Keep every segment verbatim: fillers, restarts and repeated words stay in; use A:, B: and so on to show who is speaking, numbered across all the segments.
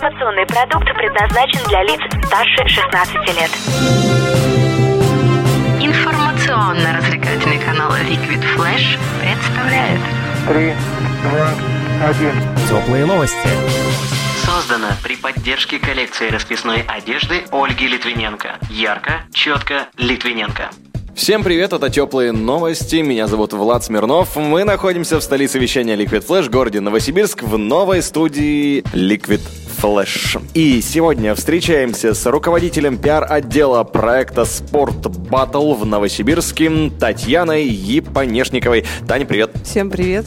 A: Информационный продукт предназначен для лиц старше шестнадцати лет. Информационно-развлекательный канал Liquid Flash представляет
B: три, два, один.
C: Теплые новости.
D: Создано при поддержке коллекции расписной одежды Ольги Литвиненко. Ярко, четко, Литвиненко.
E: Всем привет, это Теплые новости, меня зовут Влад Смирнов. Мы находимся в столице вещания Liquid Flash, городе Новосибирск, в новой студии Liquid Flash. И сегодня встречаемся с руководителем пиар-отдела проекта Sport Battle в Новосибирске Татьяной Японешниковой. Таня, привет.
F: Всем привет.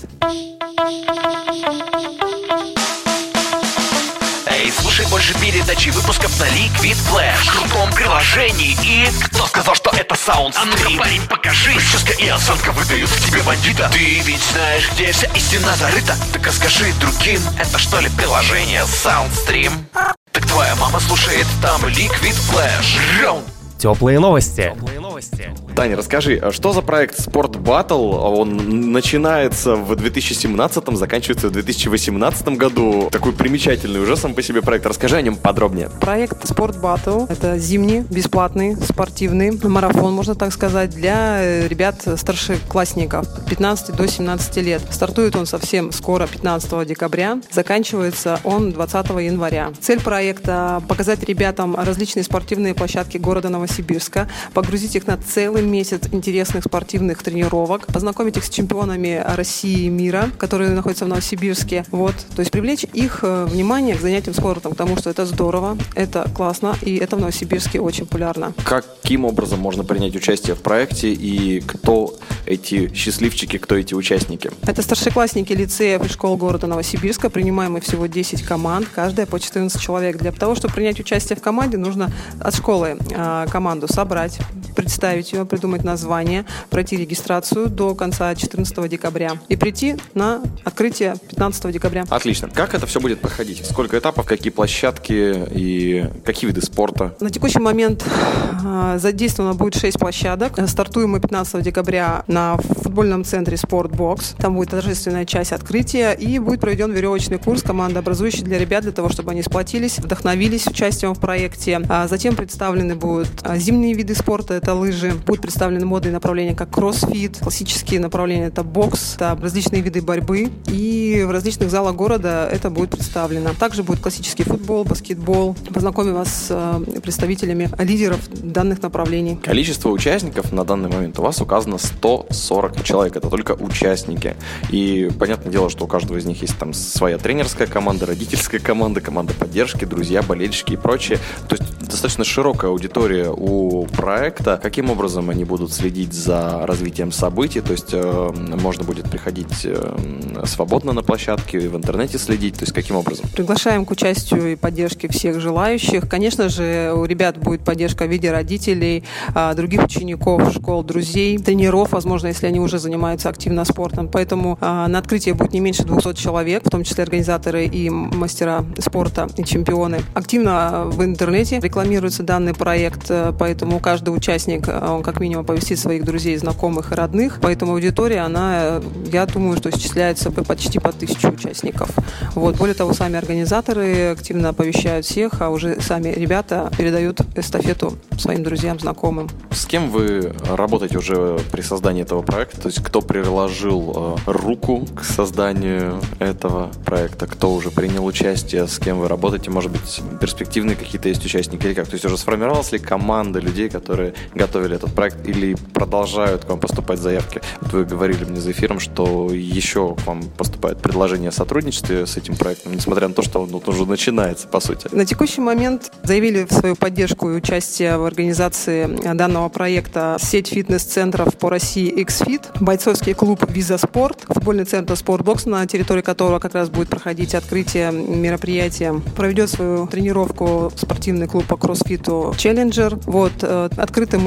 G: Эй, слушай больше передачи выпусков на Liquid Flash в крутом приложении. И кто сказал, что это Soundstream? А ну-ка, парень, покажи. Прическа и осанка выдают в тебе бандита. Ты ведь знаешь, где вся истина зарыта. Так расскажи другим, это что ли приложение Soundstream? Так твоя мама слушает там Liquid Flash. Раунд.
C: Теплые новости.
E: Таня, расскажи, что за проект Sport Battle? Он начинается в две тысячи семнадцатом, заканчивается в две тысячи восемнадцатом году. Такой примечательный уже сам по себе проект. Расскажи о нем подробнее.
F: Проект Sport Battle – это зимний, бесплатный, спортивный марафон, можно так сказать, для ребят старшеклассников от пятнадцати до семнадцати лет. Стартует он совсем скоро, пятнадцатого декабря. Заканчивается он двадцатого января. Цель проекта – показать ребятам различные спортивные площадки города Новосибирска, погрузить их на целый месяц интересных спортивных тренировок, познакомить их с чемпионами России и мира, которые находятся в Новосибирске. Вот. То есть привлечь их внимание к занятиям спортом, потому что это здорово, это классно, и это в Новосибирске очень популярно.
E: Каким образом можно принять участие в проекте и кто эти счастливчики, кто эти участники?
F: Это старшеклассники лицеев и школ города Новосибирска. Принимаем мы всего десять команд, каждая по четырнадцать человек. Для того, чтобы принять участие в команде, нужно от школы э, команду собрать, представить ее, придумать название, пройти регистрацию до конца четырнадцатого декабря и прийти на открытие пятнадцатого декабря.
E: Отлично. Как это все будет проходить? Сколько этапов, какие площадки и какие виды спорта?
F: На текущий момент э, задействовано будет шесть площадок. Стартуем мы пятнадцатого декабря на футбольном центре Спортбокс. Там будет торжественная часть открытия и будет проведен веревочный курс командообразующий для ребят, для того, чтобы они сплотились, вдохновились участием в проекте. А затем представлены будут зимние виды спорта, это лыжи. Будут представлены модные направления, как кроссфит, классические направления, это бокс, это различные виды борьбы. И в различных залах города это будет представлено. Также будет классический футбол, баскетбол. Познакомим вас с представителями лидеров данных направлений.
E: Количество участников на данный момент у вас указано сто сорок человек. Это только участники. И понятное дело, что у каждого из них есть там своя тренерская команда, родительская команда, команда поддержки, друзья, болельщики и прочее. То есть достаточно широкая аудитория у проекта. Каким образом они будут следить за развитием событий? То есть э, можно будет приходить э, свободно на площадке, в интернете следить. То есть каким образом?
F: Приглашаем к участию и поддержке всех желающих. Конечно же, у ребят будет поддержка в виде родителей, э, других учеников, школ, друзей, тренеров, возможно, если они уже занимаются активно спортом. Поэтому э, на открытии будет не меньше двухсот человек, в том числе организаторы и мастера спорта, и чемпионы. Активно в интернете рекламируется данный проект, поэтому каждый участник, он как минимум оповестит своих друзей, знакомых и родных. Поэтому аудитория, она, я думаю, что исчисляется почти по тысячу участников. Вот. Более того, сами организаторы активно оповещают всех, а уже сами ребята передают эстафету своим друзьям, знакомым.
E: С кем вы работаете уже при создании этого проекта? То есть кто приложил э, руку к созданию этого проекта? Кто уже принял участие? С кем вы работаете? Может быть, перспективные какие-то есть участники или как? То есть уже сформировалась ли команда людей, которые готовили этот проект или продолжают к вам поступать заявки? Вот вы говорили мне за эфиром, что еще к вам поступает предложение о сотрудничестве с этим проектом, несмотря на то, что он вот уже начинается, по сути.
F: На текущий момент заявили в свою поддержку и участие в организации данного проекта сеть фитнес-центров по России X-Fit, бойцовский клуб Visa Sport, футбольный центр Спортбокс, на территории которого как раз будет проходить открытие мероприятия. Проведет свою тренировку спортивный клуб по кроссфиту Challenger. Вот, открыты мы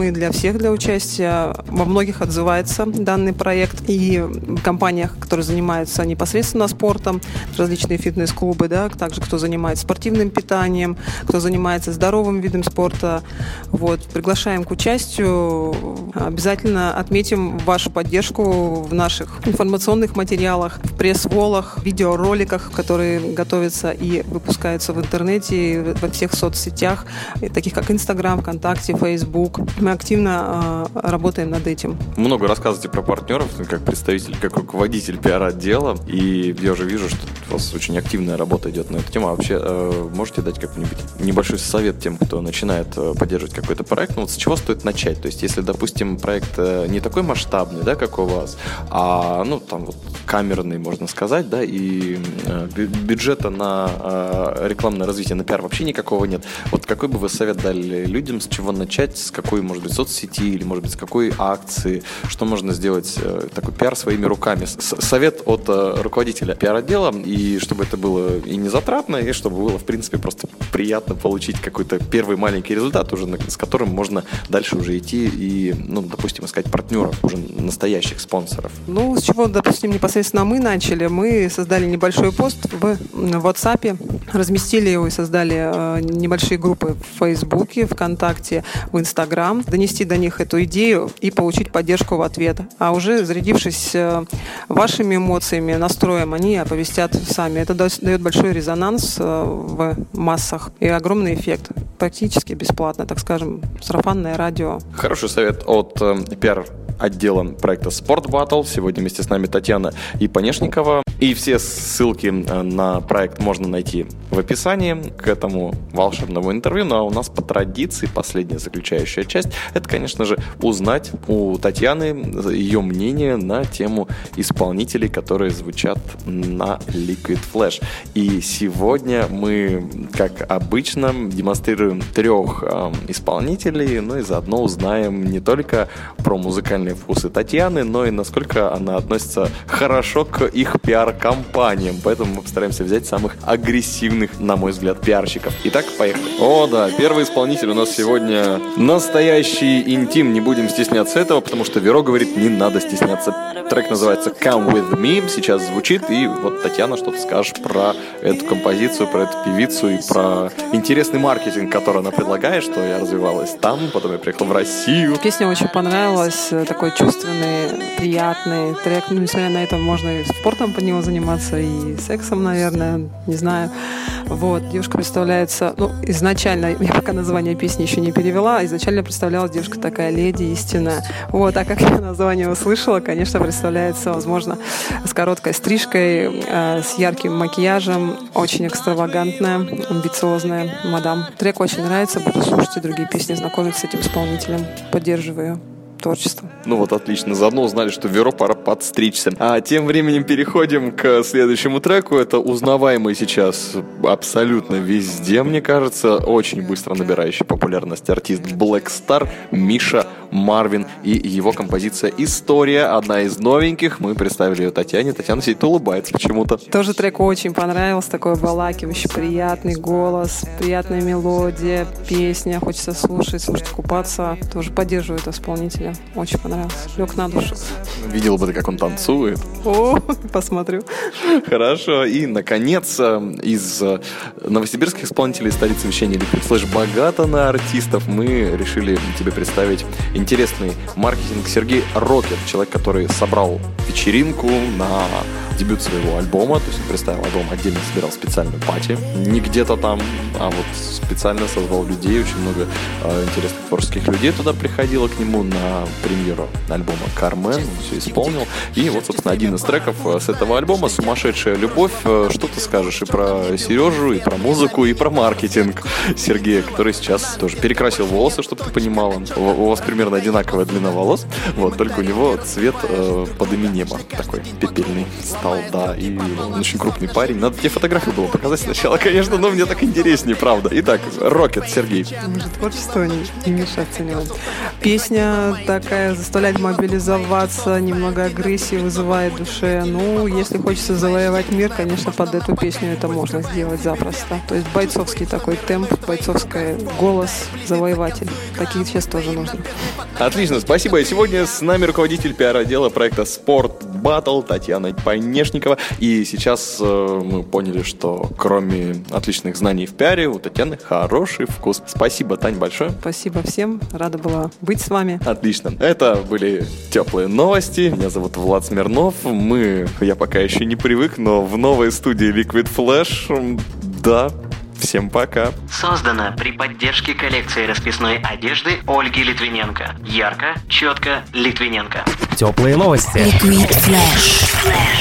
F: доступны для всех для участия. Во многих отзывается данный проект. И в компаниях, которые занимаются непосредственно спортом, различные фитнес-клубы, да, также кто занимается спортивным питанием, кто занимается здоровым видом спорта. Вот, приглашаем к участию. Обязательно отметим вашу поддержку в наших информационных материалах, в пресс-волах, видеороликах, которые готовятся и выпускаются в интернете, во всех соцсетях, таких как Инстаграм, ВКонтакте, Фейсбук. Мы активно э, работаем над этим.
E: Много рассказываете про партнеров, как представитель, как руководитель пиар-отдела, и я уже вижу, что у вас очень активная работа идет на эту тему. А вообще, э, можете дать какой-нибудь небольшой совет тем, кто начинает э, поддерживать какой-то проект? Ну вот с чего стоит начать? То есть, если, допустим, проект э, не такой масштабный, да, как у вас, а, ну, там вот камерный, можно сказать, да, и э, бюджета на э, рекламное развитие, на пиар вообще никакого нет. Вот какой бы вы совет дали людям, с чего начать, с какой, может быть, соцсети или, может быть, с какой акции, что можно сделать, э, такой пиар своими руками? С- совет от э, руководителя пиар-отдела, и чтобы это было и не затратно, и чтобы было, в принципе, просто приятно получить какой-то первый маленький результат, уже с которым можно дальше уже идти и, ну, допустим, искать партнеров, уже настоящих спонсоров.
F: Ну, с чего, допустим, непосредственно мы начали. Мы создали небольшой пост в WhatsApp, разместили его и создали э, небольшие группы в Фейсбуке, ВКонтакте, в Инстаграм, донести до них эту идею и получить поддержку в ответ. А уже зарядившись э, вашими эмоциями, настроем, они оповестят сами. Это дает большой резонанс э, в массах и огромный эффект. Практически бесплатно, так скажем, сарафанное радио.
E: Хороший совет от э, пиар отдела проекта Sport Battle. Сегодня вместе с нами Татьяна Ипанешникова. И все ссылки на проект можно найти в описании к этому волшебному интервью. Ну а у нас по традиции последняя заключающая часть — это, конечно же, узнать у Татьяны ее мнение на тему исполнителей, которые звучат на Liquid Flash. И сегодня мы, как обычно, демонстрируем трех э, исполнителей, ну и заодно узнаем не только про музыкальные вкусы Татьяны, но и насколько она относится хорошо к их пиар-компаниям. Поэтому мы постараемся взять самых агрессивных, на мой взгляд, пиарщиков. Итак, поехали. О, да, первый исполнитель у нас сегодня настоящий интим. Не будем стесняться этого, потому что Веро говорит, не надо стесняться. Трек называется Come With Me, сейчас звучит, и вот, Татьяна, что ты скажешь про эту композицию, про эту певицу и про интересный маркетинг, который она предлагает, что я развивалась там, потом я приехала в Россию.
F: Песня очень понравилась, такой чувственный, приятный трек. Ну, несмотря на это, можно и спортом под него заниматься, и сексом, наверное, не знаю. Вот, девушка представляется, ну, изначально, я пока название песни еще не перевела, изначально представлялась девушка такая леди истинная. Вот, а как я название услышала, конечно, представляется, возможно, с короткой стрижкой, э, с ярким макияжем, очень экстравагантная, амбициозная мадам. Трек очень нравится, буду слушать и другие песни, знакомиться с этим исполнителем, поддерживаю творчество.
E: Ну вот, отлично. Заодно узнали, что Веро пора подстричься. А тем временем переходим к следующему треку. Это узнаваемый сейчас абсолютно везде, мне кажется, очень быстро набирающий популярность артист Black Star Миша Марвин и его композиция «История». Одна из новеньких. Мы представили ее Татьяне. Татьяна сидит, улыбается почему-то.
F: Тоже трек очень понравился. Такой обволакивающий, приятный голос, приятная мелодия, песня. Хочется слушать, слушать, купаться. Тоже поддерживаю этого исполнителя. Очень понравилось. Лег на душу.
E: Видела бы ты, как он танцует.
F: О, посмотрю.
E: Хорошо. И, наконец, из новосибирских исполнителей столицы вещания Liquid Flash богато на артистов. Мы решили тебе представить интересный маркетинг. Сергей Рокет, человек, который собрал вечеринку на дебют своего альбома. То есть он представил альбом, отдельно собирал специальную пати. Не где-то там, а вот специально созвал людей. Очень много э, интересных творческих людей туда приходило к нему на премьеру альбома «Кармен». Он все исполнил. И вот, собственно, один из треков с этого альбома «Сумасшедшая любовь». Что ты скажешь и про Сережу, и про музыку, и про маркетинг Сергея, который сейчас тоже перекрасил волосы, чтобы ты понимала. У вас примерно одинаковая длина волос, вот, только у него цвет э, под Эминема такой пепельный стал, да, и он очень крупный парень. Надо тебе фотографию было показать сначала, конечно, но мне так интереснее, правда. Итак, Рокет, Сергей.
F: Мы же творчество не, не мешать оцениваем. Песня такая заставляет мобилизоваться, немного агрессии вызывает в душе. Ну, если хочется завоевать мир, конечно, под эту песню это можно сделать запросто. То есть бойцовский такой темп, бойцовский голос, завоеватель. Таких сейчас тоже нужно.
E: Отлично, спасибо. И сегодня с нами руководитель пиар-отдела проекта «Спорт Баттл» Татьяна Понешникова. И сейчас э, мы поняли, что кроме отличных знаний в пиаре, у Татьяны хороший вкус. Спасибо, Тань, большое.
F: Спасибо всем. Рада была быть с вами.
E: Отлично. Это были теплые новости. Меня зовут Влад Смирнов. Мы, я пока еще не привык, но в новой студии Liquid Flash. Да, всем пока.
D: Создано при поддержке коллекции расписной одежды Ольги Литвиненко. Ярко, четко, Литвиненко.
C: Теплые новости.
A: Liquid Flash.